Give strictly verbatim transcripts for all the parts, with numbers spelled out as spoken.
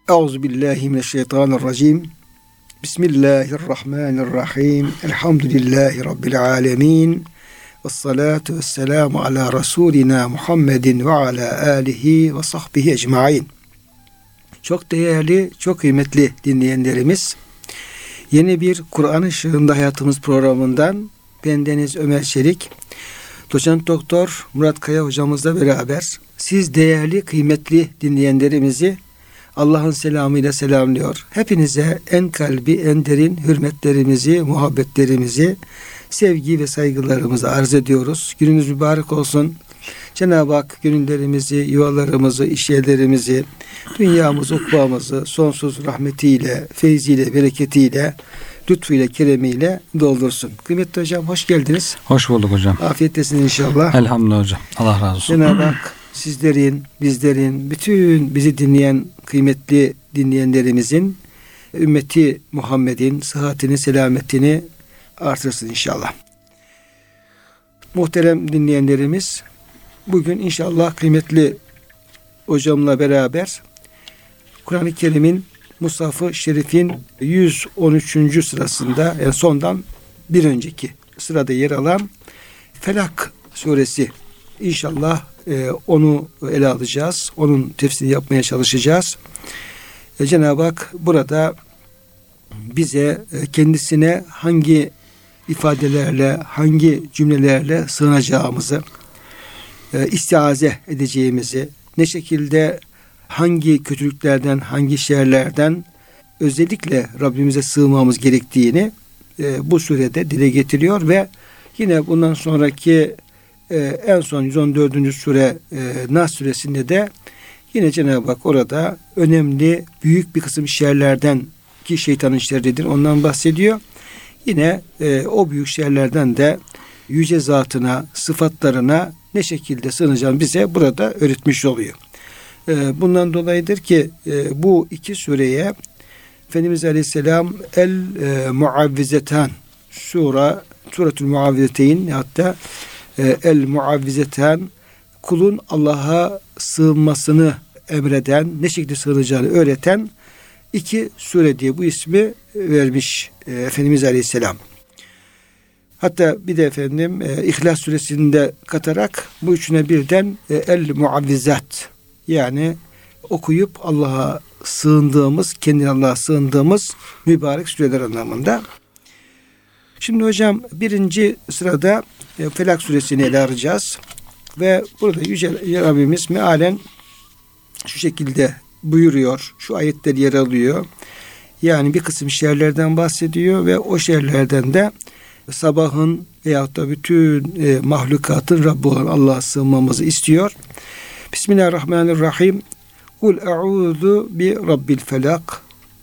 Euzubillahimineşşeytanirracim. Bismillahirrahmanirrahim. Elhamdülillahi Rabbil alemin. Vessalatu vesselamu ala Resulina Muhammedin ve ala alihi ve sahbihi ecmain. Çok değerli, çok kıymetli dinleyenlerimiz, yeni bir Kur'an Işığında Hayatımız programından bendeniz Ömer Çelik, Doçent Doktor Murat Kaya hocamızla beraber siz değerli, kıymetli dinleyenlerimizi Allah'ın selamıyla selamlıyor. Hepinize en kalbi, en derin hürmetlerimizi, muhabbetlerimizi, sevgi ve saygılarımızı arz ediyoruz. Gününüz mübarek olsun. Cenab-ı Hak gönüllerimizi, yuvalarımızı, işyerlerimizi, dünyamızı, ukbamızı sonsuz rahmetiyle, feyziyle, bereketiyle, lütfuyla, keremiyle doldursun. Kıymetli hocam, hoş geldiniz. Hoş bulduk hocam. Afiyetlesin inşallah. Elhamdülillah hocam. Allah razı olsun. Cenab-ı Hak sizlerin, bizlerin, bütün bizi dinleyen kıymetli dinleyenlerimizin, ümmeti Muhammed'in sıhhatini, selametini artırsın inşallah. Muhterem dinleyenlerimiz, bugün inşallah kıymetli hocamla beraber Kur'an-ı Kerim'in Mushaf-ı Şerif'in yüz on üçüncü sırasında, yani sondan bir önceki sırada yer alan Felak suresi, İnşallah e, onu ele alacağız. Onun tefsirini yapmaya çalışacağız. E, Cenab-ı Hak burada bize e, kendisine hangi ifadelerle, hangi cümlelerle sığınacağımızı, e, istiaze edeceğimizi, ne şekilde hangi kötülüklerden, hangi şerlerden özellikle Rabbimize sığınmamız gerektiğini e, bu surede dile getiriyor ve yine bundan sonraki Ee, en son yüz on dördüncü sure e, Nas suresinde de yine Cenab-ı Hak orada önemli büyük bir kısım şerlerden, ki şeytanın şerridir, ondan bahsediyor. Yine e, o büyük şerlerden de yüce zatına, sıfatlarına ne şekilde sığınacağını bize burada öğretmiş oluyor. E, bundan dolayıdır ki e, bu iki sureye Efendimiz Aleyhisselam El e, Muavvizetan Sura Suretül Muavvizeteyn, hatta El Muavvizeten, kulun Allah'a sığınmasını emreden, ne şekilde sığınacağını öğreten iki sure diye bu ismi vermiş e, Efendimiz Aleyhisselam. Hatta bir de efendim e, İhlas suresinde katarak bu üçüne birden e, El Muavvizat, yani okuyup Allah'a sığındığımız, kendine Allah'a sığındığımız mübarek sureler anlamında. Şimdi hocam birinci sırada e, Felak suresini ele alacağız. Ve burada Yüce Rabbimiz mealen şu şekilde buyuruyor. Şu ayetler yer alıyor. Yani bir kısım şerlerden bahsediyor ve o şerlerden de sabahın veyahut da bütün e, mahlukatın Rabbi olan Allah'a sığınmamızı istiyor. Bismillahirrahmanirrahim. Kul e'udhu bi rabbil felak.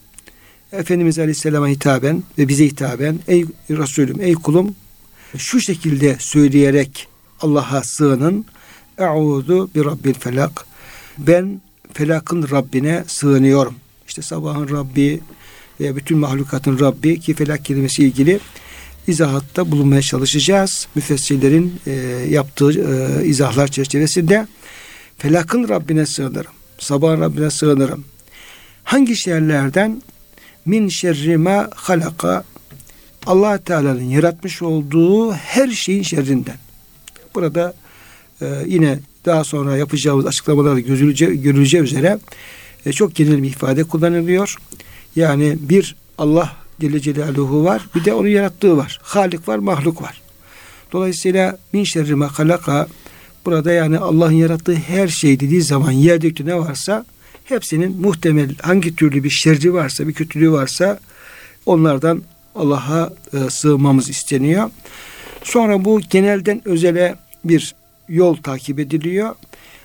Efendimiz Aleyhisselam'a hitaben ve bize hitaben, ey Resulüm, ey kulum, şu şekilde söyleyerek Allah'a sığının. E'udu bi rabbil felak. Ben felakın Rabbine sığınıyorum. İşte sabahın Rabbi ve bütün mahlukatın Rabbi, ki felak kelimesi ilgili izahatta bulunmaya çalışacağız. Müfessirlerin e, yaptığı e, izahlar çerçevesinde felakın Rabbine sığınırım. Sabahın Rabbine sığınırım. Hangi şerlerden? Min şerri ma halaka, Allah Teala'nın yaratmış olduğu her şeyin şerrinden. Burada e, yine daha sonra yapacağımız açıklamalarda görüleceği, görüleceği üzere e, çok genel bir ifade kullanılıyor. Yani bir Allah Celle Celaluhu var, bir de onun yarattığı var. Halik var, mahluk var. Dolayısıyla min şerri ma halaka, burada yani Allah'ın yarattığı her şey dediği zaman yerdeki ne varsa hepsinin muhtemel hangi türlü bir şerri varsa, bir kötülüğü varsa onlardan Allah'a e, sığınmamız isteniyor. Sonra bu genelden özele bir yol takip ediliyor.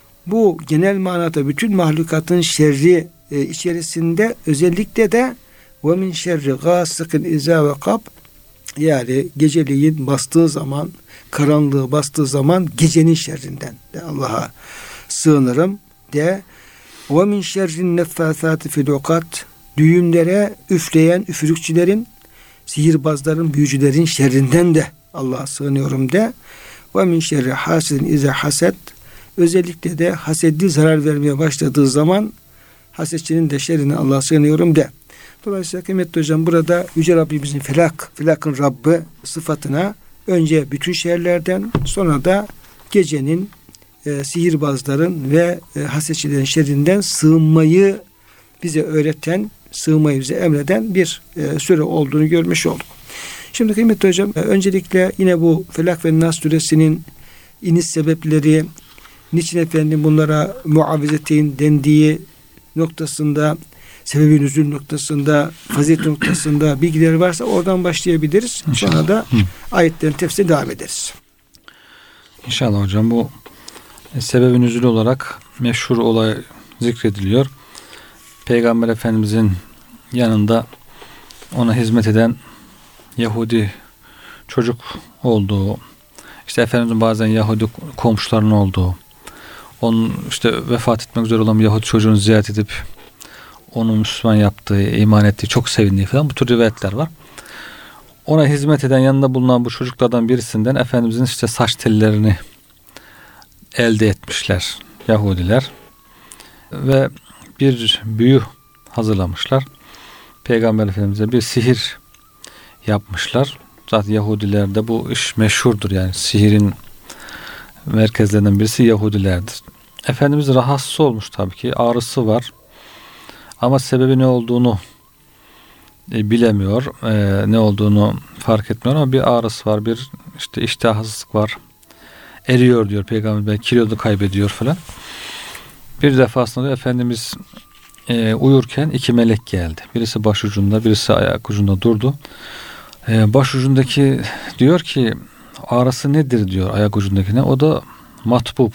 Bu genel manada bütün mahlukatın şerri e, içerisinde özellikle de ve min şerri gâsikin izâ vekab, yani geceliğin bastığı zaman, karanlığı bastığı zaman gecenin şerrinden de Allah'a sığınırım de. Ve min şerrin neffâthâti fil ukad, düğümlere üfleyen üfürükçülerin, sihirbazların, büyücülerin şerrinden de Allah'a sığınıyorum de. Ve min şerri hasidin izâ hased, özellikle de hasedli zarar vermeye başladığı zaman hasetçinin de şerrinden Allah'a sığınıyorum de. Dolayısıyla kıymetli hocam burada Yüce Rabbimizin felak, felakın Rabbi sıfatına önce bütün şerlerden, sonra da gecenin e, sihirbazların ve e, hasetçilerin şerrinden sığınmayı bize öğreten, sığınmayı bize emreden bir e, süre olduğunu görmüş olduk. Şimdi kıymetli hocam e, öncelikle yine bu Felak ve Nas suresinin iniş sebepleri, niçin efendim bunlara muavvizeteyn dendiği noktasında, sebebi nüzul noktasında, fazilet noktasında bilgiler varsa oradan başlayabiliriz. İnşallah. Sonra da Hı. ayetlerin tefsirine devam ederiz. İnşallah hocam, bu sebebi nüzul olarak meşhur olay zikrediliyor. Peygamber Efendimizin yanında ona hizmet eden Yahudi çocuk olduğu, işte Efendimizin bazen Yahudi komşularının olduğu, onun işte vefat etmek üzere olan bir Yahudi çocuğunu ziyaret edip onu Müslüman yaptığı, iman ettiği, çok sevindiği falan bu tür rivayetler var. Ona hizmet eden, yanında bulunan bu çocuklardan birisinden Efendimizin işte saç tellerini elde etmişler Yahudiler ve bir büyü hazırlamışlar. Peygamber Efendimiz'e bir sihir yapmışlar. Zaten Yahudilerde bu iş meşhurdur, yani sihirin merkezlerinden birisi Yahudilerdir. Efendimiz rahatsız olmuş, tabii ki ağrısı var ama sebebi ne olduğunu e, bilemiyor, e, ne olduğunu fark etmiyor ama bir ağrısı var, bir işte iştahsızlık var, eriyor diyor Peygamber, belki kilodu kaybediyor falan. Bir defasında da Efendimiz e, uyurken iki melek geldi. Birisi başucunda, birisi ayak ucunda durdu. E, başucundaki diyor ki ağrısı nedir diyor ayak ucundakine. O da matbub.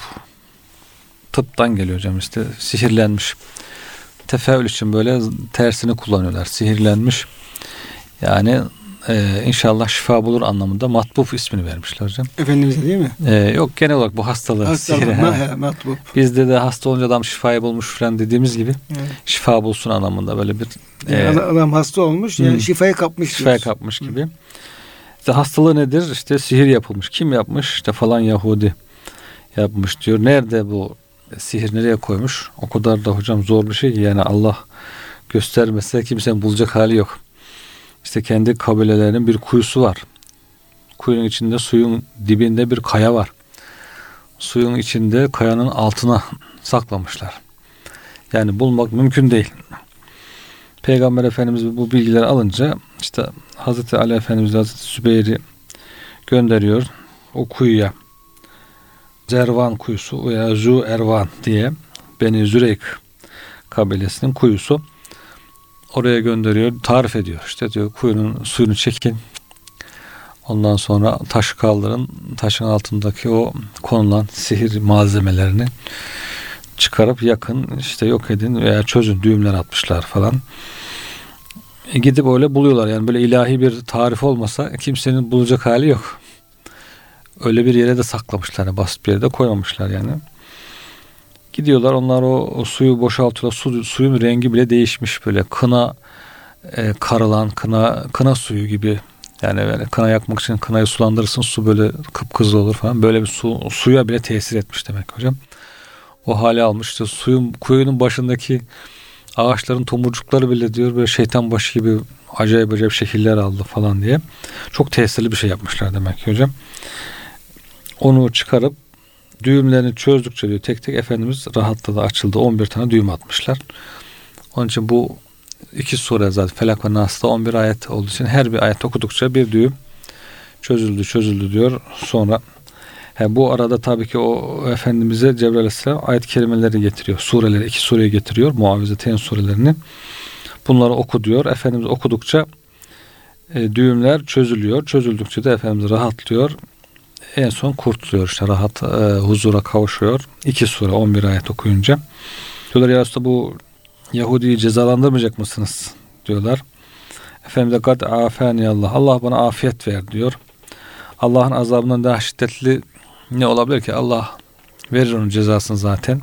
Tıptan geliyor hocam, işte sihirlenmiş. Tefeül için böyle tersini kullanıyorlar. Sihirlenmiş. Yani e, inşallah şifa bulur anlamında matbub ismini vermişler hocam. Efendimiz'e değil mi? E, yok, genel olarak bu hastalığı. Hastalığı, matbub. Bizde de hasta olunca adam şifayı bulmuş falan dediğimiz gibi, evet, şifa bulsun anlamında böyle bir yani e, adam hasta olmuş, yani hmm, şifayı kapmış. Şifayı kapmış gibi. Hmm. İşte hastalığı nedir? İşte sihir yapılmış. Kim yapmış? İşte falan Yahudi yapmış diyor. Nerede bu sihir, nereye koymuş? O kadar da hocam zor bir şey ki, yani Allah göstermese kimsenin bulacak hali yok. İşte kendi kabilelerinin bir kuyusu var. Kuyunun içinde, suyun dibinde bir kaya var. Suyun içinde kayanın altına saklamışlar. Yani bulmak mümkün değil. Peygamber Efendimiz bu bilgileri alınca işte Hazreti Ali Efendimiz Hazreti Sübeyr'i gönderiyor o kuyuya. Zervan kuyusu veya Zu Ervan diye Beni Züreyk kabilesinin kuyusu. Oraya gönderiyor, tarif ediyor. İşte diyor, kuyunun suyunu çekin. Ondan sonra taşı kaldırın. Taşın altındaki o konulan sihir malzemelerini çıkarıp yakın, işte yok edin veya çözün. Düğümler atmışlar falan. E gidip öyle buluyorlar. Yani böyle ilahi bir tarif olmasa kimsenin bulacak hali yok. Öyle bir yere de saklamışlar. Yani basit bir yere de koymamışlar yani. Gidiyorlar, onlar o, o suyu boşaltıyorlar. Su, suyun rengi bile değişmiş, böyle kına e, karılan kına kına suyu gibi. Yani böyle kına yakmak için kınayı sulandırırsın, su böyle kıpkızıl olur falan. Böyle bir su, suya bile tesir etmiş demek hocam. O hale almış. İşte suyun, kuyunun başındaki ağaçların tomurcukları bile diyor böyle şeytan başı gibi acayip acayip şekiller aldı falan diye. Çok tesirli bir şey yapmışlar demek ki hocam. Onu çıkarıp düğümlerini çözdükçe diyor tek tek Efendimiz rahatladı, açıldı. on bir tane düğüm atmışlar. Onun için bu iki sure zaten Felak ve Nas'ta on bir ayet olduğu için her bir ayet okudukça bir düğüm çözüldü çözüldü diyor. Sonra he, bu arada tabii ki o Efendimiz'e Cebrail Aleyhisselam ayet-i kerimeleri getiriyor. Sureleri, iki sureyi getiriyor. Muavvizeteyn surelerini. Bunları oku diyor. Efendimiz okudukça e, düğümler çözülüyor. Çözüldükçe de Efendimiz rahatlıyor. En son kurtuluyor, işte rahat e, huzura kavuşuyor. İki sure on bir ayet okuyunca. Diyorlar ya Resulallah, bu Yahudi'yi cezalandırmayacak mısınız? Diyorlar. Efendimiz de kad afani Allah. Allah bana afiyet ver diyor. Allah'ın azabından daha şiddetli ne olabilir ki? Allah verir onun cezasını zaten.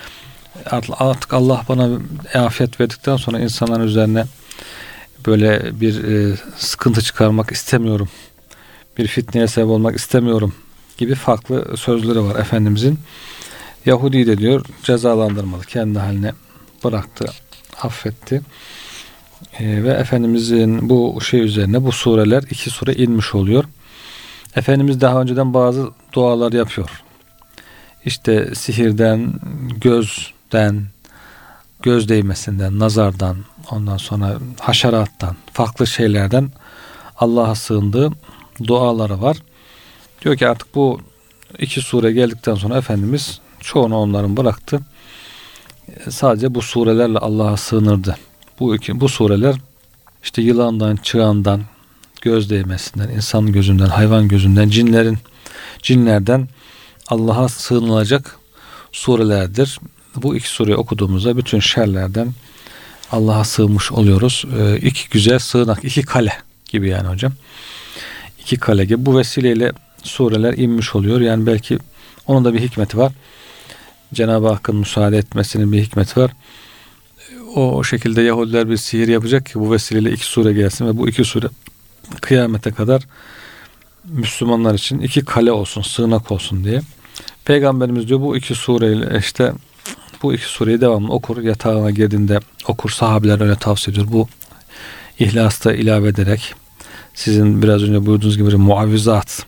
Artık Allah bana afiyet verdikten sonra insanların üzerine böyle bir e, sıkıntı çıkarmak istemiyorum. Bir fitneye sebep olmak istemiyorum gibi farklı sözleri var Efendimizin. Yahudi de diyor cezalandırmalı, kendi haline bıraktı, affetti. Ee, ve Efendimizin bu şey üzerine bu sureler, iki sure inmiş oluyor. Efendimiz daha önceden bazı dualar yapıyor. İşte sihirden, gözden, göz değmesinden, nazardan, ondan sonra haşerattan, farklı şeylerden Allah'a sığındığı duaları var. Diyor ki artık bu iki sure geldikten sonra Efendimiz çoğunu onların bıraktı. Sadece bu surelerle Allah'a sığınırdı. Bu iki, bu sureler işte yılandan, çığandan, göz değmesinden, insan gözünden, hayvan gözünden, cinlerin, cinlerden Allah'a sığınılacak surelerdir. Bu iki sureyi okuduğumuzda bütün şerlerden Allah'a sığınmış oluyoruz. Ee, iki güzel sığınak, iki kale gibi yani hocam. İki kale gibi. Bu vesileyle sureler inmiş oluyor. Yani belki onun da bir hikmeti var. Cenab-ı Hakk'ın müsaade etmesinin bir hikmeti var. O, o şekilde Yahudiler bir sihir yapacak ki bu vesileyle iki sure gelsin ve bu iki sure kıyamete kadar Müslümanlar için iki kale olsun, sığınak olsun diye. Peygamberimiz diyor bu iki sureyle işte bu iki sureyi devamlı okur. Yatağına girdiğinde okur. Sahabeler öyle tavsiye ediyor. Bu İhlas'ta ilave ederek sizin biraz önce buyurduğunuz gibi muavvizat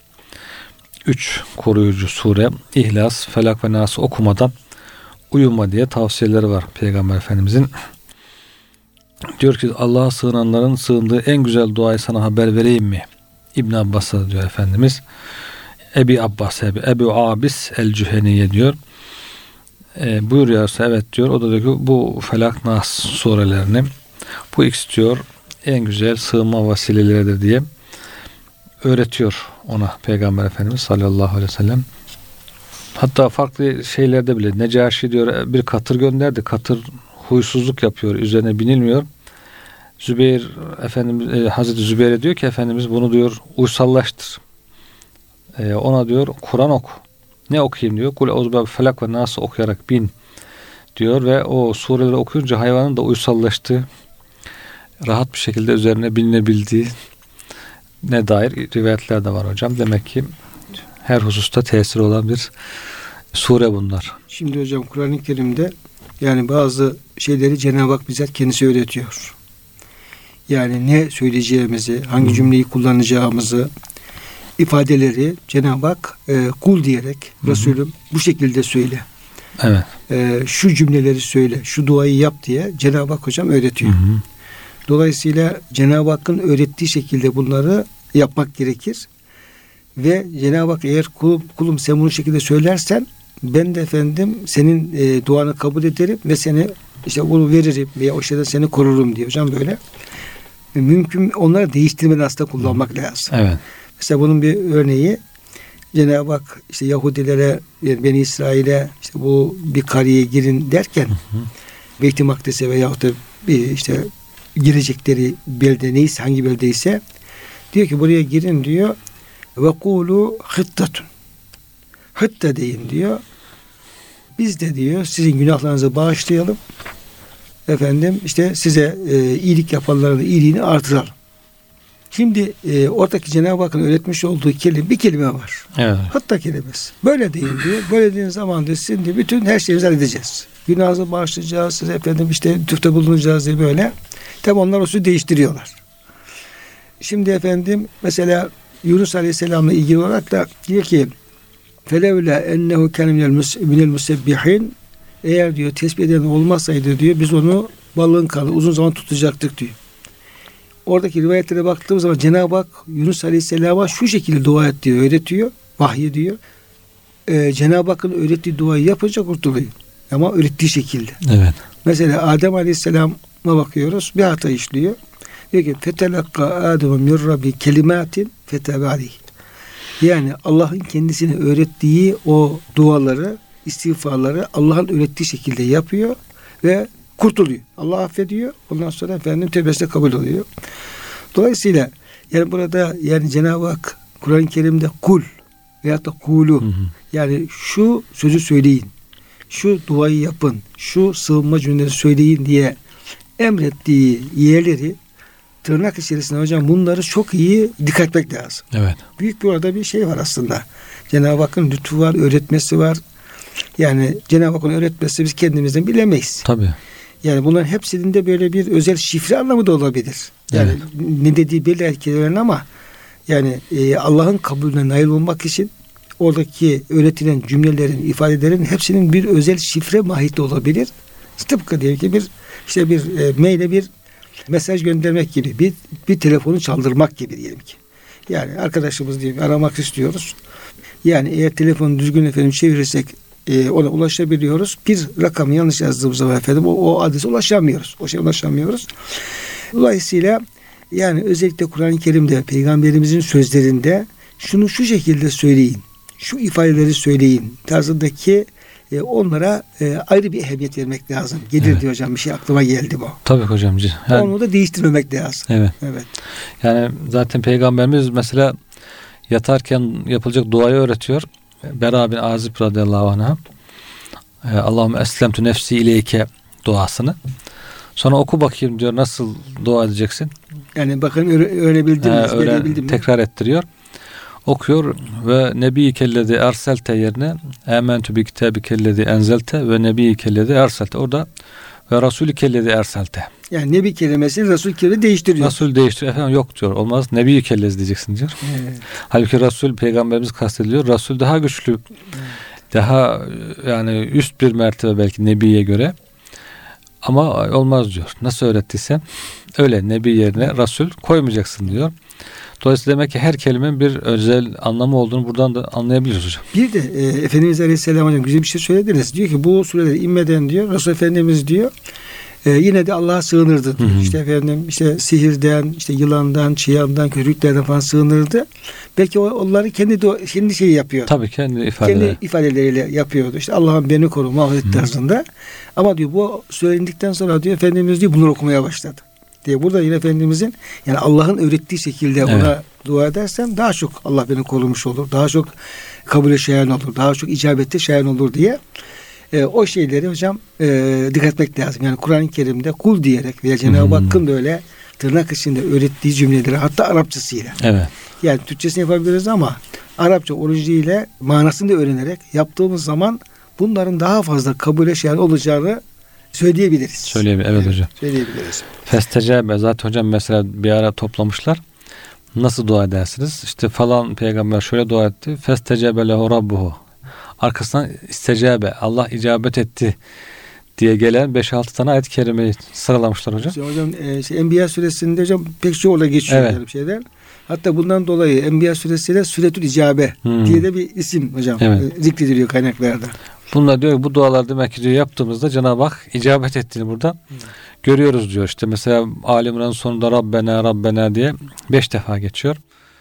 üç koruyucu sure İhlas, Felak ve Nas'ı okumadan uyuma diye tavsiyeleri var Peygamber Efendimizin. Diyor ki Allah'a sığınanların sığındığı en güzel duayı sana haber vereyim mi? İbn Abbas'a diyor Efendimiz. Ebi Abbas, Ebi, Ebu Abis el-Cüheniye diyor. E, buyuruyorsa evet diyor. O da diyor ki bu Felak Nas surelerini bu ikisi diyor en güzel sığınma vesileleridir diye öğretiyor ona Peygamber Efendimiz sallallahu aleyhi ve sellem. Hatta farklı şeylerde bile Necaşi diyor bir katır gönderdi. Katır huysuzluk yapıyor. Üzerine binilmiyor. Zübeyir Efendimiz e, Hazreti Zübeyir'e diyor ki Efendimiz bunu diyor uysallaştır. E, ona diyor Kur'an oku. Ne okuyayım diyor. Kul euzubillahü felak ve nas okuyarak bin diyor ve o sureleri okuyunca hayvanın da uysallaştığı, rahat bir şekilde üzerine binilebildiği ne dair rivayetler de var hocam. Demek ki her hususta tesiri olan bir sure bunlar. Şimdi hocam Kur'an-ı Kerim'de yani bazı şeyleri Cenab-ı Hak bizzat kendisi öğretiyor. Yani ne söyleyeceğimizi, hangi cümleyi kullanacağımızı, ifadeleri Cenab-ı Hak e, kul diyerek Hı-hı. Resulüm bu şekilde söyle. Evet. E, şu cümleleri söyle, şu duayı yap diye Cenab-ı Hak hocam öğretiyor. Hı-hı. Dolayısıyla Cenab-ı Hakk'ın öğrettiği şekilde bunları yapmak gerekir. Ve Cenab-ı Hak eğer kulum, kulum sen bunu şekilde söylersen ben de efendim senin e, duanı kabul ederim ve seni işte bunu veririm veya o şeyden seni korurum diyor hocam böyle. E, mümkün onları değiştirmeden aslında kullanmak lazım. Evet. Mesela bunun bir örneği Cenab-ı Hak işte Yahudilere yani Beni İsrail'e işte bu bir kariyeye girin derken hı hı. Beyt-i Makdis'e veyahut da bir işte girecekleri belde neyse hangi beldeyse diyor ki buraya girin diyor ve kulu hıttatun hıtta deyin diyor. Biz de diyor sizin günahlarınızı bağışlayalım. Efendim işte size e, iyilik yapanların da iyiliğini artıralım. Şimdi e, oradaki Cenab-ı Hakk'ın öğretmiş olduğu kelime bir kelime var. Evet. Hatta kelimesi. Böyle deyin diyor. Böyle dediğiniz zaman diyor sizin diyor, bütün her şeyinizi halledeceğiz. Günahınızı bağışlayacağız. Size efendim işte lütufta bulunacağız diye böyle. Tabi onlar o sözü değiştiriyorlar. Şimdi efendim mesela Yunus Aleyhisselam'la ilgili olarak da diyor ki felevla ennehu kâne minel musebbihin eğer diyor tesbih eden olmasaydı diyor biz onu balığın kanı uzun zaman tutacaktık diyor. Oradaki rivayetlere baktığımız zaman Cenab-ı Hak Yunus Aleyhisselam'a şu şekilde dua et diyor, öğretiyor, vahyediyor. Ee, Cenab-ı Hakk'ın öğrettiği duayı yapınca kurtuluyor. Ama öğrettiği şekilde. Evet. Mesela Adem Aleyhisselam'a bakıyoruz, bir hata işliyor. Diyor ki fetelakka Adem min Rabbi kelimatin fetebe aleyh. Yani Allah'ın kendisine öğrettiği o duaları, istiğfarları Allah'ın öğrettiği şekilde yapıyor ve kurtuluyor. Allah affediyor. Ondan sonra efendim tevbesi kabul oluyor. Dolayısıyla yani burada yani Cenab-ı Hak Kur'an-ı Kerim'de kul veyahut da kulu hı hı. yani şu sözü söyleyin. Şu duayı yapın. Şu sığınma cümleleri söyleyin diye emrettiği yerleri tırnak içerisinde hocam bunları çok iyi dikkat etmek lazım. Evet. Büyük bir orada bir şey var aslında. Cenab-ı Hakk'ın lütfu var, öğretmesi var. Yani Cenab-ı Hakk'ın öğretmesi biz kendimizden bilemeyiz. Tabii. Yani bunların hepsinin de böyle bir özel şifre anlamı da olabilir. Yani evet. Ne dediği belli erkeklerin ama yani e, Allah'ın kabulüne nail olmak için oradaki öğretilen cümlelerin, ifadelerin hepsinin bir özel şifre mahiyeti olabilir. Tıpkı diyelim ki bir işte bir e, maile bir mesaj göndermek gibi, bir bir telefonu çaldırmak gibi diyelim ki. Yani arkadaşımız diye aramak istiyoruz. Yani eğer telefonu düzgün efendim çevirirsek e, ona ulaşabiliyoruz. Bir rakamı yanlış yazdığımız zaman efendim o, o adrese ulaşamıyoruz. O şeye ulaşamıyoruz. Dolayısıyla yani özellikle Kur'an-ı Kerim'de Peygamberimizin sözlerinde şunu şu şekilde söyleyin, şu ifadeleri söyleyin tarzındaki e, onlara e, ayrı bir ehemmiyet vermek lazım. Gelir evet. diyor hocam, bir şey aklıma geldi bu. Tabii hocamcı. Yani, onu da değiştirmemek lazım. Evet. Evet. Yani zaten Peygamberimiz mesela yatarken yapılacak duayı öğretiyor. Bera bin Azib radıyallahu anh'a Allahümme eslemtu nefsi ileyke duasını. Sonra oku bakayım diyor, nasıl dua edeceksin? Yani bakın öğrenebildiniz, ee, öğren, tekrar ettiriyor. Okuyor ve Nebi kellezi erselte yerine ementü bi kitabi kellezi enzelte ve Nebi kellezi erselte. Orada ve Rasulü kellezi erselte. Yani Nebi kelimesini Resul kelimesi değiştiriyor. Resul değiştiriyor. Efendim yok diyor. Olmaz. Nebi kellezi diyeceksin diyor. Evet. Halbuki Resul Peygamberimiz kastediliyor. Resul daha güçlü. Evet. Daha yani üst bir mertebe belki Nebi'ye göre. Ama olmaz diyor. Nasıl öğrettiysen öyle Nebi yerine Resul koymayacaksın diyor. Dolayısıyla demek ki her kelimenin bir özel anlamı olduğunu buradan da anlayabiliriz hocam. Bir de e, Efendimiz Aleyhisselam hocam güzel bir şey söylediniz. Diyor ki bu sureleri inmeden diyor Resul Efendimiz diyor e, yine de Allah'a sığınırdı diyor. Hı hı. İşte efendim işte sihirden, işte yılandan, çıyandan, kötülüklerden falan sığınırdı. Belki o, onları kendi de, kendi şeyi yapıyor. Tabii kendi ifadeleri. Kendi ifadeleriyle yapıyordu. İşte Allah'ım beni koru, muhafaza tarzında. Ama diyor bu söylendikten sonra diyor Efendimiz diyor bunları okumaya başladı. Diye burada yine Efendimizin yani Allah'ın öğrettiği şekilde evet. ona dua edersem daha çok Allah beni korumuş olur. Daha çok kabule şayan olur. Daha çok icabette şayan olur diye e, o şeyleri hocam e, dikkat etmek lazım. Yani Kur'an-ı Kerim'de kul diyerek veya Cenab-ı Hakk'ın da öyle tırnak içinde öğrettiği cümleleri hatta Arapçasıyla. Evet. Yani Türkçesini yapabiliriz ama Arapça orijiniyle manasını da öğrenerek yaptığımız zaman bunların daha fazla kabule şayan olacağını söyleyebiliriz. Söyleyebiliriz. Evet, evet hocam. Söyleyebiliriz. Festecabe zaten hocam mesela bir ara toplamışlar. Nasıl dua edersiniz? İşte falan peygamber şöyle dua etti. Festecabe lehu rabbuhu. Arkasından istecabe. Allah icabet etti diye gelen beş altı tane ayet-i kerimeyi sıralamışlar hocam. İşte hocam e, şey, Enbiya suresinde hocam pek çok orada geçiyor evet. bir şeyler. Hatta bundan dolayı Enbiya suresiyle Süretül İcabe hmm. diye de bir isim hocam evet. e, zikrediliyor kaynaklarda. Bunlar diyor bu dualar demek ki diyor yaptığımızda Cenab-ı Hak icabet ettiğini burada hmm. görüyoruz diyor. İşte mesela Ali İmran'ın sonunda Rabbena Rabbena diye beş defa geçiyor.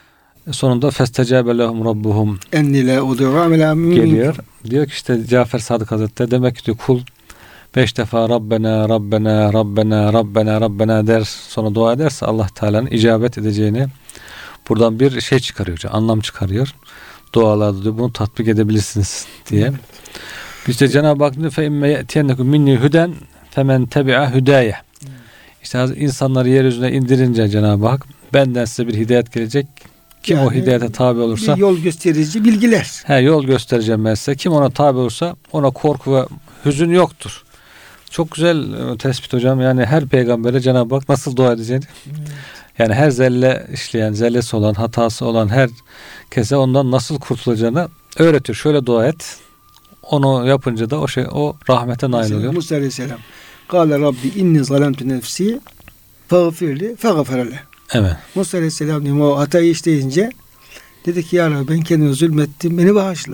Sonunda festecabe lehum rabbuhum ennile udu'a geliyor. Diyor ki işte Cafer Sadık Hazretleri demek ki diyor kul beş defa Rabbena Rabbena Rabbena Rabbena Rabbena der sonra dua ederse Allah Teala'nın icabet edeceğini buradan bir şey çıkarıyor. Anlam çıkarıyor. Dualarda diyor bunu tatbik edebilirsiniz diye. Evet. İşte Cenab-ı Hak diyor fe imme ye'tiyennekum minni huden femen tebi'a hüdaye. İşte insanları yeryüzüne indirince Cenab-ı Hak benden size bir hidayet gelecek. Kim yani, o hidayete tabi olursa yol gösterici bilgiler. He, yol göstereceğim ben size. Kim ona tabi olursa ona korku ve hüzün yoktur. Çok güzel tespit hocam. Yani her peygambere Cenab-ı Hak nasıl dua edeceğini evet. yani her zelle işleyen, zellesi olan, hatası olan her kese ondan nasıl kurtulacağını öğretiyor. Şöyle dua et. Onu yapınca da o şey o rahmete nail oluyor. Musa Aleyhisselam. Kâle Rabbi inni zalemtu nefsi fağfirli feğferele. Evet. Musa Aleyhisselam diyor, o hatayı işleyince dedi ki ya Rabbi ben kendime zulmettim, beni bağışla.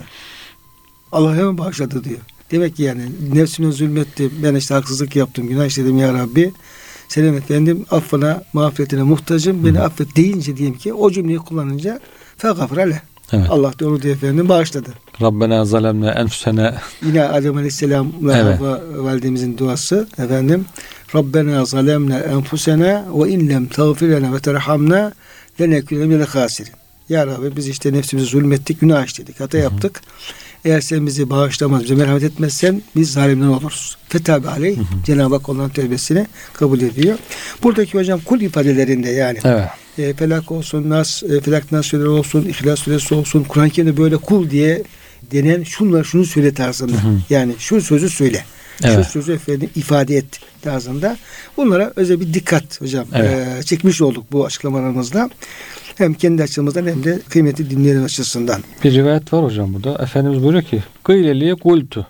Allah hemen bağışladı diyor. Demek ki yani nefsime zulmettim, ben işte haksızlık yaptım, günah işledim ya Rabbi. Senin efendim affına, mağfiretine muhtacım, beni Hı. affet deyince diyelim ki o cümleyi kullanınca feğferele. Evet. Allah da onu diye efendim bağışladı. Rabbena zalemne enfusene. Yine Adem Aleyhisselam'la evet. validemizin duası efendim. Rabbena zalemne enfusene ve inlem tağfirlene ve terhamna lenekûne minel hâsirin. Ya Rabbi biz işte nefsimizi zulmettik, günah işledik, hata yaptık. Eğer sen bizi bağışlamaz, bize merhamet etmezsen biz zalimden oluruz. Fetabi aleyh. Cenab-ı Hak onların tövbesini kabul ediyor. Buradaki hocam kul ifadelerinde yani evet. e, Felak olsun, Nas, e, Felak Nas sureleri olsun, İhlas suresi olsun, Kur'an-ı Kerim'de böyle kul diye denen şunlar şunu söyle tarzında. Hı hı. Yani şu sözü söyle. Evet. Şu sözü efendim ifade et tarzında. Bunlara özel bir dikkat hocam Evet. e, çekmiş olduk bu açıklamalarımızda. Hem kendi açımızdan hem de kıymetli dinleyen açısından. Bir rivayet var hocam burada. Efendimiz buyuruyor ki Gıyleliye gultu.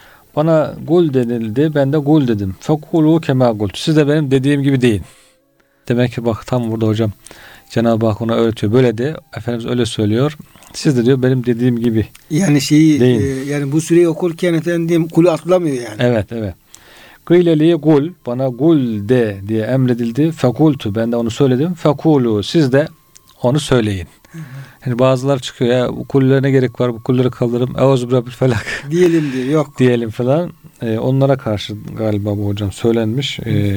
Bana gul denildi. Ben de gul dedim. Fekulu kema gultu. Siz de benim dediğim gibi deyin. Demek ki bak tam burada hocam Cenab-ı Hak ona öğretiyor. Böyle de Efendimiz öyle söylüyor. Siz de diyor benim dediğim gibi. Yani şeyi Deyin. e, yani bu süreyi okurken efendim kulü atlamıyor yani. Evet evet. Gıyleliye gul. Bana gul de diye emredildi. Fekultu. Ben de onu söyledim. Fekulu. Siz de onu söyleyin. Yani bazılar çıkıyor ya bu kullere ne gerek var, bu kulleri kaldırım Euzubirabil felak Diyelim diyor. Yok. diyelim falan. Ee, onlara karşı galiba bu hocam söylenmiş. Ee,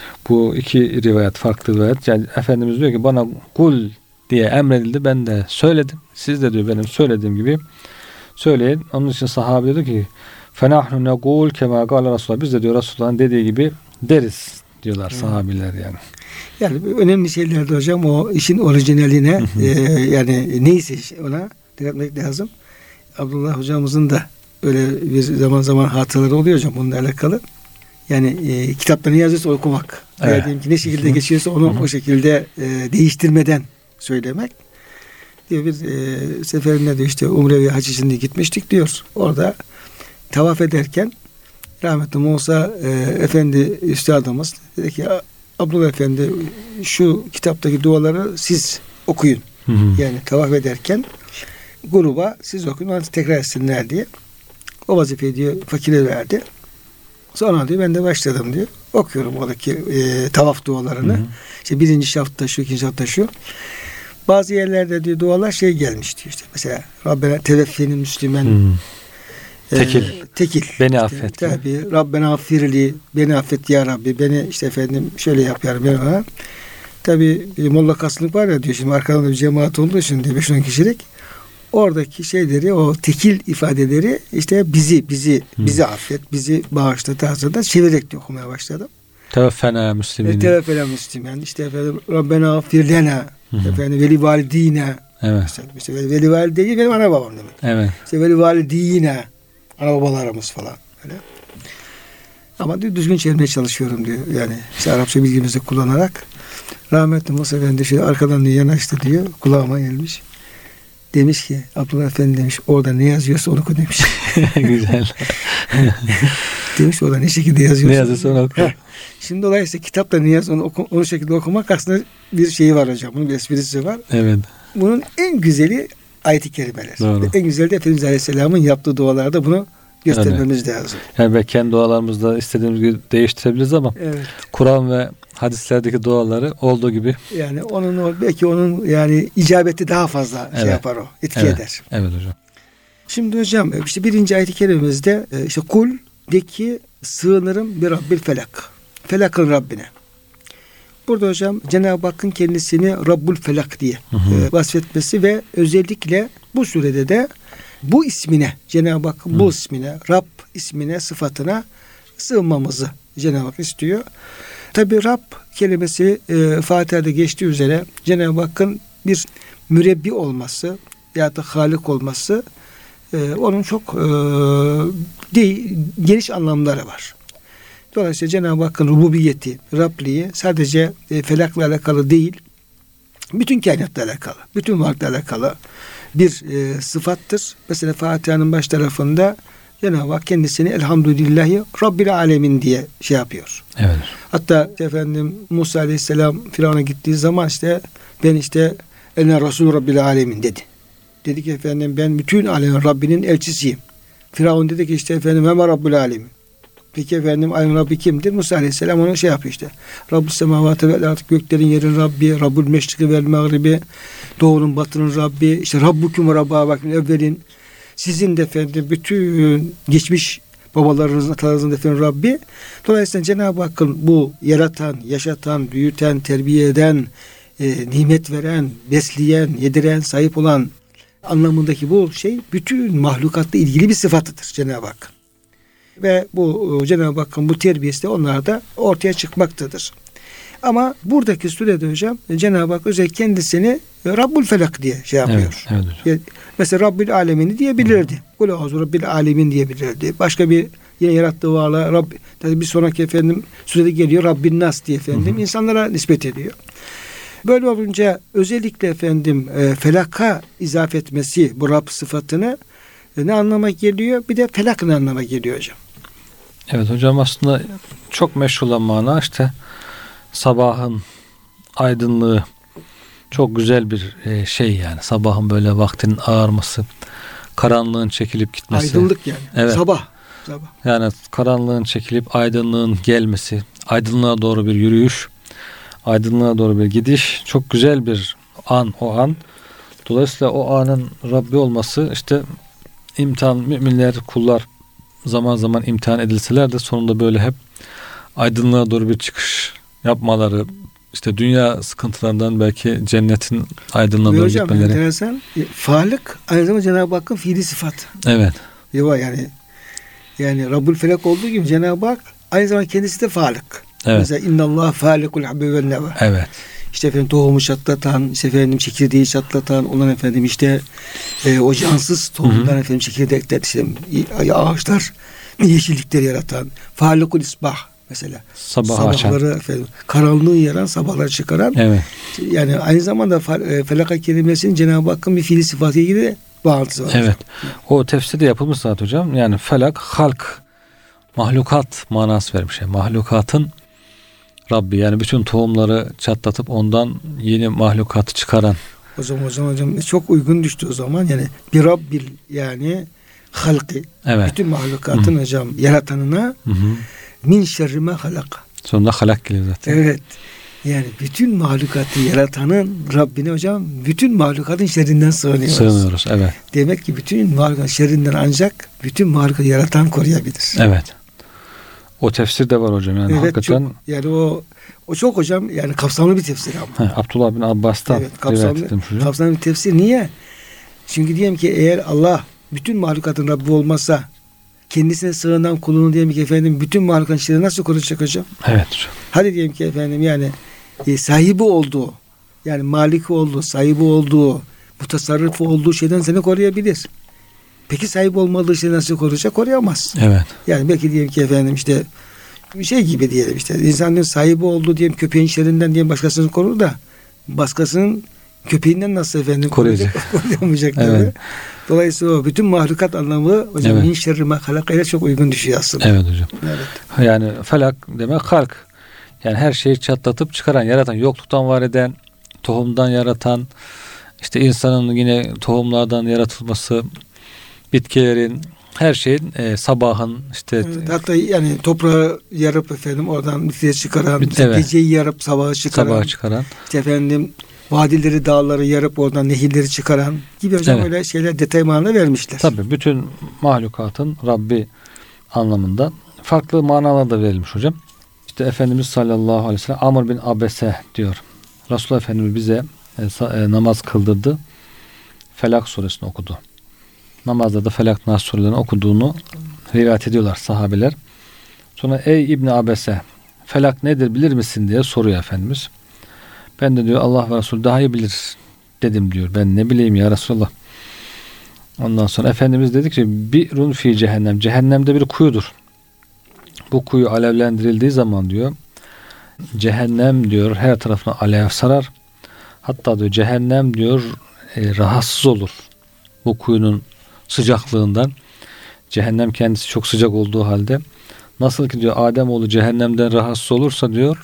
bu iki rivayet farklı rivayet. Yani Efendimiz diyor ki bana kul diye emredildi. Ben de söyledim. Siz de diyor benim söylediğim gibi söyleyin. Onun için sahabe diyor ki fenahnu negul kema gâle Resulullah. Biz de diyor Resulullah'ın dediği gibi deriz diyorlar sahabiler yani. Yani önemli şeylerde hocam o işin orijinaline e, yani neyse ona dikkat etmek lazım. Abdullah hocamızın da öyle bir zaman zaman hatıraları oluyor hocam bununla alakalı. Yani e, kitapta ne yazıyorsa okumak. Evet. Ya diyelim ki ne şekilde geçiyorsa onu o şekilde e, değiştirmeden söylemek. Diyor bir e, seferinde diyor işte Umre ve Hac için gitmiştik diyor. Orada tavaf ederken rahmetli Musa e, Efendi üstadımız dedi ki Abdullah Efendi şu kitaptaki duaları siz okuyun. Hı hı. Yani tavaf ederken gruba siz okuyun onu tekrar etsinler diye. O vazifeyi diyor fakire verdi. Sonra diyor ben de başladım diyor. Okuyorum oradaki e, tavaf dualarını. Hı hı. İşte birinci şaftta şu, ikinci şaftta şu. Bazı yerlerde diyor dualar şey gelmiş diyor işte. Mesela Rabbena teveffeni Müslüman. Hı. Tekil. Ee, tekil. Beni işte, affet. Tabii. Rabbena affirli. Beni affet ya Rabbi. Beni işte efendim şöyle yap ya Rabbi. Tabii molla kaslık var ya diyor. Şimdi arkadan da bir cemaat olduğu için diyor beş on kişilik. Oradaki şeyleri o tekil ifadeleri işte bizi bizi hmm. bizi affet. Bizi bağışla tarzında çevirerek okumaya başladım. Teveffena Müslümin. Teveffena Müslümin. İşte efendim Rabbena affirlena. Efendim veli validine. Evet. İşte, işte veli valideyi benim ana babam demek. Evet. İşte veli validine. Ana babalarımız falan öyle. Ama diyor düzgün çevirmeye çalışıyorum diyor. Yani işte Arapça bilgimizi kullanarak. Rahmetli Musa Efendi şöyle arkadan diyor yanaştı diyor. Kulağıma gelmiş. Demiş ki Abdullah Efendi demiş orada ne yazıyorsa onu oku demiş. Güzel. Demiş orada ne şekilde yazıyorsa. Ne yazıyorsa onu oku. Şimdi dolayısıyla kitapta ne yaz onu oku, onu şekilde okumak aslında bir şeyi var hocam. Bunun bir esprisi var. Evet. Bunun en güzeli ayet-i kerimeler. Doğru. En güzeli de Efendimiz Aleyhisselam'ın yaptığı dualarda bunu göstermemiz evet. lazım. Yani belki kendi dualarımızda istediğimiz gibi değiştirebiliriz ama evet. Kur'an ve hadislerdeki duaları olduğu gibi. Yani onun o, belki onun yani icabeti daha fazla evet. şey yapar o, etki evet. eder. Evet hocam. Şimdi hocam işte birinci ayet-i kerimemizde işte kul de ki sığınırım bir Rabbil felak. Felakın Rabbine. Burada hocam Cenab-ı Hakk'ın kendisini Rabbul Felak diye hı hı. E, vasfetmesi ve özellikle bu surede de bu ismine Cenab-ı Hakk'ın bu ismine Rab ismine sıfatına sığınmamızı Cenab-ı Hak istiyor. Tabi Rab kelimesi e, Fatiha'da geçtiği üzere Cenab-ı Hakk'ın bir mürebbi olması ya da halik olması e, onun çok e, değil, geniş anlamları var. Dolayısıyla Cenab-ı Hakk'ın rububiyeti, Rabliği sadece e, felakla alakalı değil, bütün kainatla alakalı, bütün varlıkla alakalı bir e, sıfattır. Mesela Fatiha'nın baş tarafında Cenab-ı Hak kendisini Elhamdülillahi Rabbil Alemin diye şey yapıyor. Evet. Hatta efendim Musa Aleyhisselam Firavun'a gittiği zaman işte ben işte Ene Resul Rabbil Alemin dedi. Dedi ki efendim ben bütün alemin Rabbinin elçisiyim. Firavun dedi ki işte efendim Hema Rabbul Alemin. Peki efendim ayın Rabbi kimdir? Musa Aleyhisselam onu şey yapıyor işte. Rabbus semavati vel ardı göklerin yerin Rabbi, Rabbul meşriki vel mağribi, doğunun batının Rabbi, işte Rabbukum ve Rabba bakın evvelin. Sizin de efendim bütün geçmiş babalarınızın, atalarınızın efendim Rabbi. Dolayısıyla Cenab-ı Hakk'ın bu yaratan, yaşatan, büyüten, terbiye eden, e, nimet veren, besleyen, yediren, sahip olan anlamındaki bu şey bütün mahlukatla ilgili bir sıfatıdır Cenab-ı Hak. Ve bu Cenab-ı Hakk'ın bu terbiyesi de onlarda ortaya çıkmaktadır. Ama buradaki surede hocam Cenab-ı Hak özellikle kendisini Rabbul Felak diye şey yapıyor. Evet, evet. Mesela Rabbil Alemini diyebilirdi. Kul auzu Rabbil Alemin diyebilirdi. Başka bir Yine yarattığı varlığa Rabb, tabii bir sonraki efendim sürede geliyor Rabbin Nas diye efendim hı hı. insanlara nispet ediyor. Böyle olunca özellikle efendim e, felaka izaf etmesi bu Rab sıfatını e, ne anlama geliyor? Bir de felak ne anlama geliyor hocam? Evet hocam, aslında çok meşhur olan mana işte sabahın aydınlığı, çok güzel bir e, şey yani. Sabahın böyle vaktinin ağarması, karanlığın çekilip gitmesi. Aydınlık yani. Evet. Sabah. Sabah. Yani karanlığın çekilip aydınlığın gelmesi, aydınlığa doğru bir yürüyüş, aydınlığa doğru bir gidiş, çok güzel bir an o an. Dolayısıyla o anın Rabbi olması, işte imtihan, müminler, kullar zaman zaman imtihan edilseler de sonunda böyle hep aydınlığa doğru bir çıkış yapmaları, işte dünya sıkıntılarından belki cennetin aydınlığa doğru hocam, gitmeleri. Enteresan. Falık aynı zamanda Cenab-ı Hakk'ın fiili sıfat. Evet. Yani yani Rabbul Felak olduğu gibi Cenab-ı Hak aynı zamanda kendisi de falık. Evet. Mesela innallah falikul habbi vel neva. Evet. İşte efendim tohumu çatlatan, işte efendim çekirdeği çatlatan, olan efendim işte e, o cansız tohumdan efendim çekirdekler, işte ağaçlar, yeşillikleri yaratan, falikul isbah mesela. Sabah sabahları açan. efendim karanlığı yaran, sabahları çıkaran. Evet. Yani aynı zamanda felaka kelimesinin Cenab-ı Hakk'ın bir fiili sıfatı ilgili de bağlantısı var. Evet. O tefsirde yapılmış zaten hocam. Yani felak, halk, mahlukat manası vermiş. Yani mahlukatın Rabbi, yani bütün tohumları çatlatıp ondan yeni mahlukatı çıkaran. O zaman hocam, hocam çok uygun düştü o zaman. Yani bir Rabbil, yani halki. Evet. Bütün mahlukatın Hı-hı. hocam yaratanına Hı-hı. min şerrime halak. Sonunda halak geliyor zaten. Evet. Yani bütün mahlukatı yaratanın Rabbine hocam bütün mahlukatın şerrinden sığınıyoruz. Sığınıyoruz, evet. Demek ki bütün mahlukatın şerrinden ancak bütün mahlukatı yaratan koruyabilir. Evet. O tefsir de var hocam. Yani evet, hakikaten. Çok, yani o o çok hocam yani kapsamlı bir tefsir ama. He, Abdullah bin Abbas'tan evet, kapsamlı, kapsamlı bir tefsir. Niye? Çünkü diyelim ki eğer Allah bütün mahlukatın Rabbi olmazsa kendisine sığınan kulunu diyelim ki efendim bütün mahlukatın şerrinden nasıl koruyacak hocam? Evet hocam. Hadi diyelim ki efendim yani e, sahibi olduğu, yani maliki olduğu, sahibi olduğu, mutasarrıfı olduğu şeyden seni koruyabilir. Peki sahip olmadığı şeyden nasıl koruyacak? Koruyamaz. Evet. Yani belki diyelim ki efendim işte bir şey gibi diyelim işte insanın sahibi olduğu diyelim köpeğin şerrinden diyelim başkasını korur da başkasının köpeğinden nasıl efendim koruyacak? Koruyamayacak. Evet. Dolayısıyla o bütün mahlukat anlamı hocam evet. min şerri ma halakayla çok uygun düşüyor aslında. Evet hocam. Evet. Yani felak demek halk. Yani her şeyi çatlatıp çıkaran, yaratan, yokluktan var eden, tohumdan yaratan, işte insanın yine tohumlardan yaratılması, bitkilerin, her şeyin e, sabahın işte evet, hatta yani toprağı yarıp efendim oradan bitkileri çıkaran, evet. geceyi yarıp sabahı çıkaran, sabahı çıkaran, işte efendim vadileri, dağları yarıp oradan nehirleri çıkaran gibi hocam evet. öyle şeyler detay manada vermişler. Tabii bütün mahlukatın Rabbi anlamında farklı manalar da verilmiş hocam. İşte Efendimiz sallallahu aleyhi ve sellem Amr bin Abese diyor. Resulullah Efendimiz bize e, e, namaz kıldırdı. Felak suresini okudu. Namazda da Felak Nas surelerini okuduğunu rivayet ediyorlar sahabeler. Sonra ey İbni Abese, felak nedir bilir misin diye soruyor Efendimiz. Ben de diyor Allah ve Resulü daha iyi bilir dedim diyor. Ben ne bileyim ya Resulullah. Ondan sonra Efendimiz dedi ki bi'run fi cehennem. Cehennemde bir kuyudur. Bu kuyu alevlendirildiği zaman diyor cehennem diyor her tarafına alev sarar. Hatta diyor cehennem diyor e, rahatsız olur. Bu kuyunun sıcaklığından. Cehennem kendisi çok sıcak olduğu halde nasıl ki diyor Ademoğlu cehennemden rahatsız olursa diyor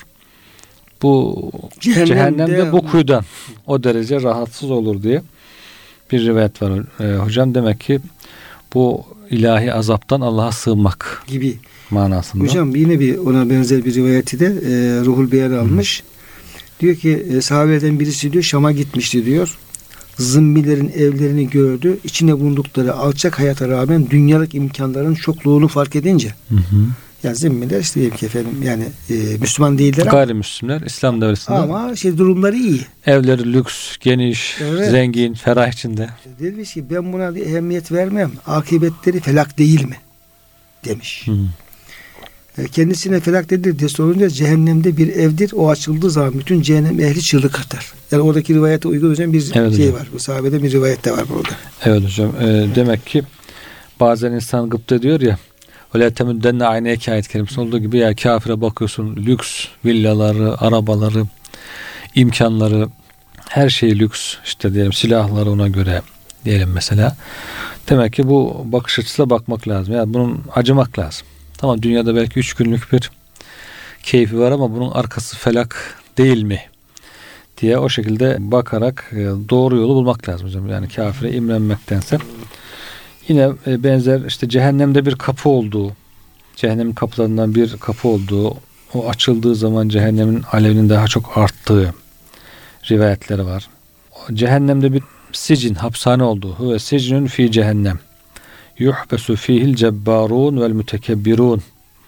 bu cehennemde, cehennemde bu kuyudan o derece rahatsız olur diye bir rivayet var. E, hocam demek ki bu ilahi azaptan Allah'a sığınmak gibi manasında. Hocam yine bir ona benzer bir rivayeti de e, Ruhul Beyan almış. Hı. Diyor ki e, sahabeden birisi diyor Şam'a gitmişti diyor. Zımmilerin evlerini gördü. İçine bulundukları alçak hayata rağmen dünyalık imkanların çokluğunu fark edince hı hı. yani zimmiler işte diyelim ki efendim yani e, Müslüman değiller ama gayrimüslimler İslam devletinde ama şey durumları iyi. Evleri lüks, geniş, evet. zengin, ferah içinde. Demiş ki ben buna bir ehemmiyet vermem. Akıbetleri felak değil mi? Demiş. Hı. Kendisine felak nedir diye sorunca cehennemde bir evdir. O açıldığı zaman bütün cehennem ehli çığlık atar. Yani oradaki rivayete uygun hocam bir evet şey hocam. var. Bu sahabede bir rivayet de var burada. Evet hocam. E, demek ki bazen insan gıpta ediyor ya Öyle temüddenne aynı ayet kerimesi olduğu gibi ya kafire bakıyorsun lüks villaları, arabaları, imkanları, her şey lüks, işte diyelim silahları ona göre diyelim mesela. Demek ki bu bakış açısıyla bakmak lazım. Yani bunun acımak lazım. Tamam, dünyada belki üç günlük bir keyfi var ama bunun arkası felak değil mi diye o şekilde bakarak doğru yolu bulmak lazım hocam. Yani kafire imrenmektense. Yine benzer işte cehennemde bir kapı olduğu, cehennemin kapılarından bir kapı olduğu, o açıldığı zaman cehennemin alevinin daha çok arttığı rivayetleri var. Cehennemde bir sicin, hapishane olduğu. Huve sicnun fi cehennem. Yuhbesu fihil cebbarun vel mütekebbirun.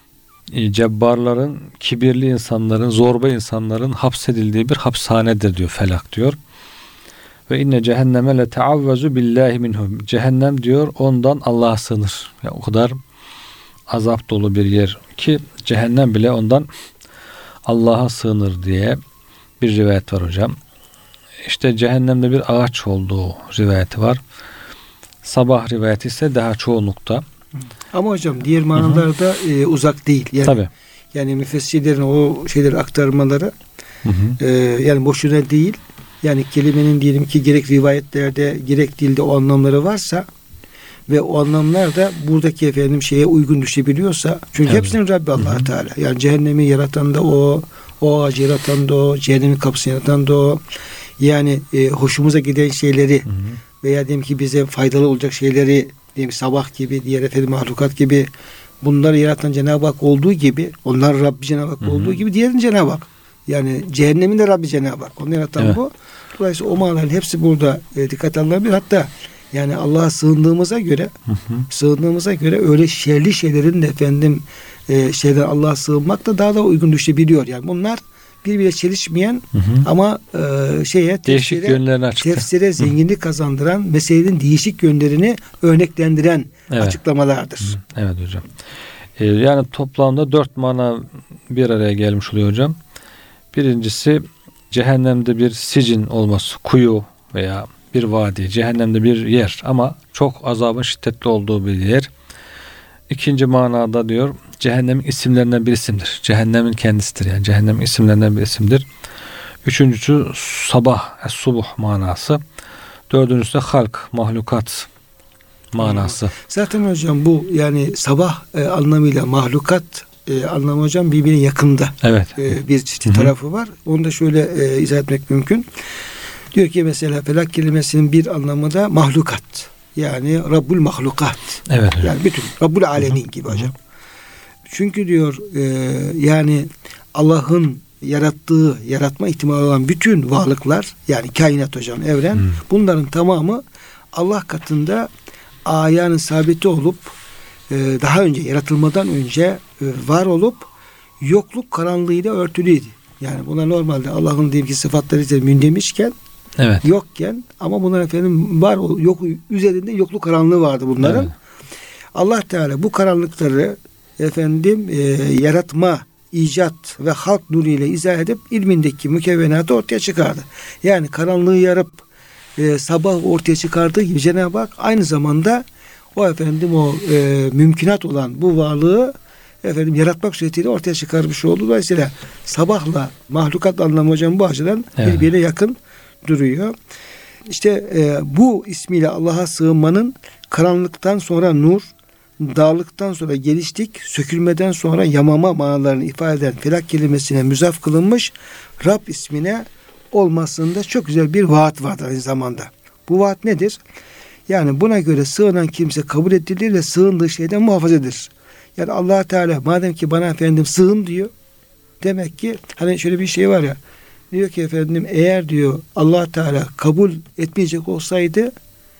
Cebbarların, kibirli insanların, zorba insanların hapsedildiği bir hapishanedir diyor Felak diyor. Ve inne cehenneme le teavvezu billahi minhum. Cehennem diyor ondan Allah'a sığınır. Yani o kadar azap dolu bir yer ki cehennem bile ondan Allah'a sığınır diye bir rivayet var hocam. İşte cehennemde bir ağaç olduğu rivayeti var. Sabah rivayeti ise daha çoğunlukta. Ama hocam diğer manalarda e, uzak değil. Yani, Tabii. Yani müfessirlerin o şeyleri aktarmaları hı hı. E, yani boşuna değil. Yani kelimenin diyelim ki gerek rivayetlerde gerek dilde o anlamları varsa ve o anlamlar da buradaki efendim şeye uygun düşebiliyorsa, çünkü evet. hepsinin Rabbi Allah Teala. Yani cehennemi yaratan da o, o ağacı yaratan da o, cehennemin kapısını yaratan da o. Yani e, hoşumuza giden şeyleri hı hı. veya diyelim ki bize faydalı olacak şeyleri, diyelim sabah gibi, diğer efendim mahlukat gibi, bunları yaratan Cenab-ı Hak olduğu gibi, onlar Rabbi Cenab-ı Hak hı hı. olduğu gibi diğerini Cenab-ı Hak. Yani cehennemin de Rabbi Cenab-ı Hak. Onu yaratan evet. bu. Dolayısıyla o manaların hepsi burada e, dikkat alınabilir. Hatta yani Allah'a sığındığımıza göre hı hı. sığındığımıza göre öyle şerli şeylerin de efendim e, şeyden Allah'a sığınmak da daha da uygun düşebiliyor. Yani bunlar birbiriyle çelişmeyen hı hı. ama e, şeye değişik yönlerini açıklar. Tefsire zenginlik hı. kazandıran, meselenin değişik yönlerini örneklendiren evet. açıklamalardır. Hı. Evet hocam. Ee, yani toplamda dört mana bir araya gelmiş oluyor hocam. Birincisi cehennemde bir sicin olması, kuyu veya bir vadi, cehennemde bir yer ama çok azabın şiddetli olduğu bir yer. İkinci manada diyor cehennemin isimlerinden bir isimdir. Cehennemin kendisidir, yani cehennemin isimlerinden bir isimdir. Üçüncüsü sabah, es-subuh manası. Dördüncüsü de halk, mahlukat manası. Zaten hocam bu yani sabah e, anlamıyla mahlukat e, anlamı hocam birbirine yakında. Evet. E, bir çeşitli tarafı var. Onu da şöyle e, izah etmek mümkün. Diyor ki mesela felak kelimesinin bir anlamı da mahlukat. Yani Rabbul mahlukat. Evet. Yani bütün Rabbul alemin gibi hocam. Çünkü diyor e, yani Allah'ın yarattığı, yaratma ihtimali olan bütün varlıklar, yani kainat hocam, evren, hmm. bunların tamamı Allah katında ayağının sabiti olup e, daha önce, yaratılmadan önce e, var olup yokluk karanlığıyla örtülüydü. Yani buna normalde Allah'ın diyelim ki sıfatları ise mündemişken evet. yokken, ama bunlar efendim var, yok, üzerinde yokluk karanlığı vardı bunların. Evet. Allah Teala bu karanlıkları efendim e, yaratma, icat ve halk nuruyla izah edip ilmindeki mükevvenatı ortaya çıkardı. Yani karanlığı yarıp e, sabah ortaya çıkardığı gibi Cenab-ı Hak aynı zamanda o efendim o e, mümkünat olan bu varlığı efendim yaratmak suretiyle ortaya çıkarmış oldu. Dolayısıyla sabahla mahlukat anlamı hocam bu açıdan evet. birbirine yakın duruyor. İşte e, bu ismiyle Allah'a sığınmanın karanlıktan sonra nur, dağlıktan sonra geliştik, sökülmeden sonra yamama manalarını ifade eden felak kelimesine müzaf kılınmış Rab ismine olmasında çok güzel bir vaat vardır aynı zamanda. Bu vaat nedir? Yani buna göre sığınan kimse kabul edilir ve sığındığı şeyden muhafaza edilir. Yani Allah Teala madem ki bana efendim sığın diyor, demek ki hani şöyle bir şey var ya, diyor ki efendim eğer diyor Allah Teala kabul etmeyecek olsaydı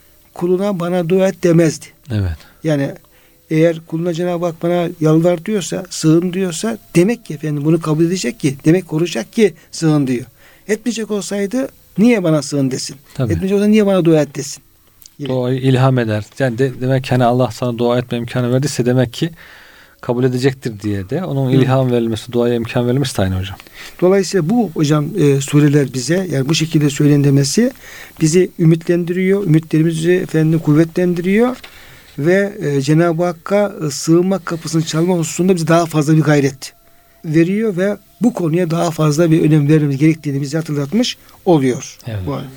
kuluna bana dua et demezdi. Evet. Yani eğer kuluna Cenab-ı Hak bana yalvar diyorsa, sığın diyorsa, demek ki efendim bunu kabul edecek ki, demek koruyacak ki sığın diyor. Etmeyecek olsaydı niye bana sığın desin? Tabii. Etmeyecek olsaydı niye bana dua et desin? Yine. Duayı ilham eder. Yani de, demek ki hani Allah sana dua etme imkanı verdiyse demek ki kabul edecektir diye de onun ilham Hı. verilmesi, duaya imkan verilmesi de aynı hocam. Dolayısıyla bu hocam e, sureler bize, yani bu şekilde söylenmesi bizi ümitlendiriyor, ümitlerimizi efendim kuvvetlendiriyor ve e, Cenab-ı Hakk'a e, sığınma kapısını çalma hususunda bize daha fazla bir gayret veriyor ve bu konuya daha fazla bir önem vermemiz gerektiğini bize hatırlatmış oluyor. Evet. Bu ayet.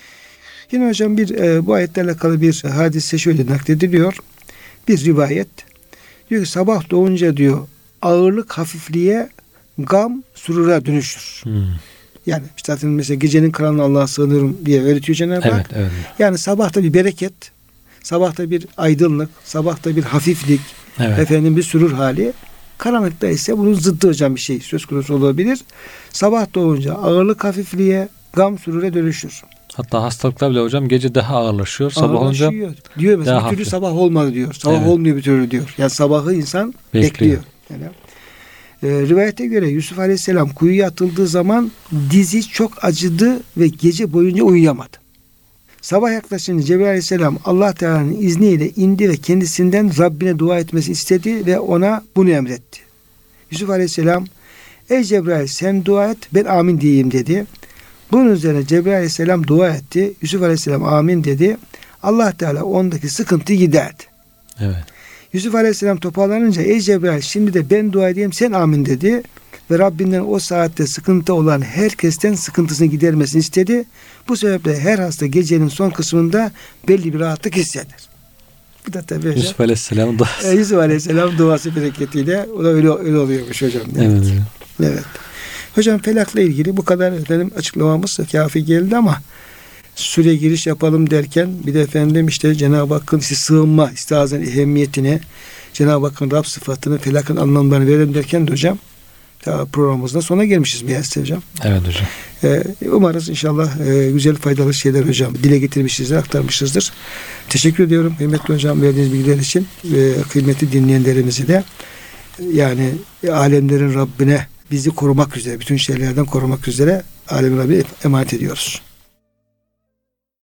Yine hocam bir e, bu ayetlerle alakalı bir hadise şöyle naklediliyor. Bir rivayet diyor ki sabah doğunca diyor ağırlık hafifliğe, gam surura dönüşür. Hmm. Yani işte zaten mesela gecenin karanlığına Allah'a sığınırım diye öğretiyor Cenab-ı Evet, Hak. evet. Yani sabahta bir bereket, sabahta bir aydınlık, sabahta bir hafiflik, Evet. efendim bir sürur hali. Karanlıkta ise bunun zıddı hocam bir şey söz konusu olabilir. Sabah doğunca ağırlık hafifliğe, gam sürure dönüşür. Hatta hastalıklar bile hocam gece daha ağırlaşıyor. Sabah olunca Ağırlaşıyor. Diyor mesela bir türlü hafif. sabah olmadı diyor. Sabah Evet. olmuyor bir türlü diyor. Yani sabahı insan bekliyor. Bekliyor. Yani, e, rivayete göre Yusuf Aleyhisselam kuyuya atıldığı zaman dizi çok acıdı ve gece boyunca uyuyamadı. Sabah yaklaşınca Cebrail Aleyhisselam Allah Teala'nın izniyle indi ve kendisinden Rabbine dua etmesi istedi ve ona bunu emretti. Yusuf Aleyhisselam ey Cebrail sen dua et ben amin diyeyim dedi. Bunun üzerine Cebrail Aleyhisselam dua etti. Yusuf Aleyhisselam amin dedi. Allah Teala ondaki sıkıntıyı giderdi. evet. Yusuf Aleyhisselam toparlanınca ey Cebrail şimdi de ben dua edeyim sen amin dedi. Ve Rabbinden o saatte sıkıntı olan herkesten sıkıntısını gidermesini istedi. Bu sebeple her hasta gecenin son kısmında belli bir rahatlık hisseder. Bu da tabii hocam. Yusuf Aleyhisselam da. E, Yusuf Aleyhisselam duası bereketiyle o da öyle, öyle oluyormuş hocam. Evet. Evet. Evet. Hocam felakla ilgili bu kadar efendim açıklamamız kafi geldi ama süre giriş yapalım derken bir de efendim işte Cenab-ı Hakk'ın işte sığınma, istihazın ehemmiyetini, Cenab-ı Hakk'ın Rab sıfatını, felakın anlamlarını verelim derken de hocam programımızda sona gelmişiz meğerse hocam. Evet hocam. Ee, umarız inşallah e, güzel faydalı şeyler hocam dile getirmişizdir, aktarmışızdır. Teşekkür ediyorum kıymetli hocam verdiğiniz bilgiler için ve kıymetli dinleyenlerimizi de yani alemlerin Rabbine bizi korumak üzere, bütün şeylerden korumak üzere alemin Rabbine emanet ediyoruz.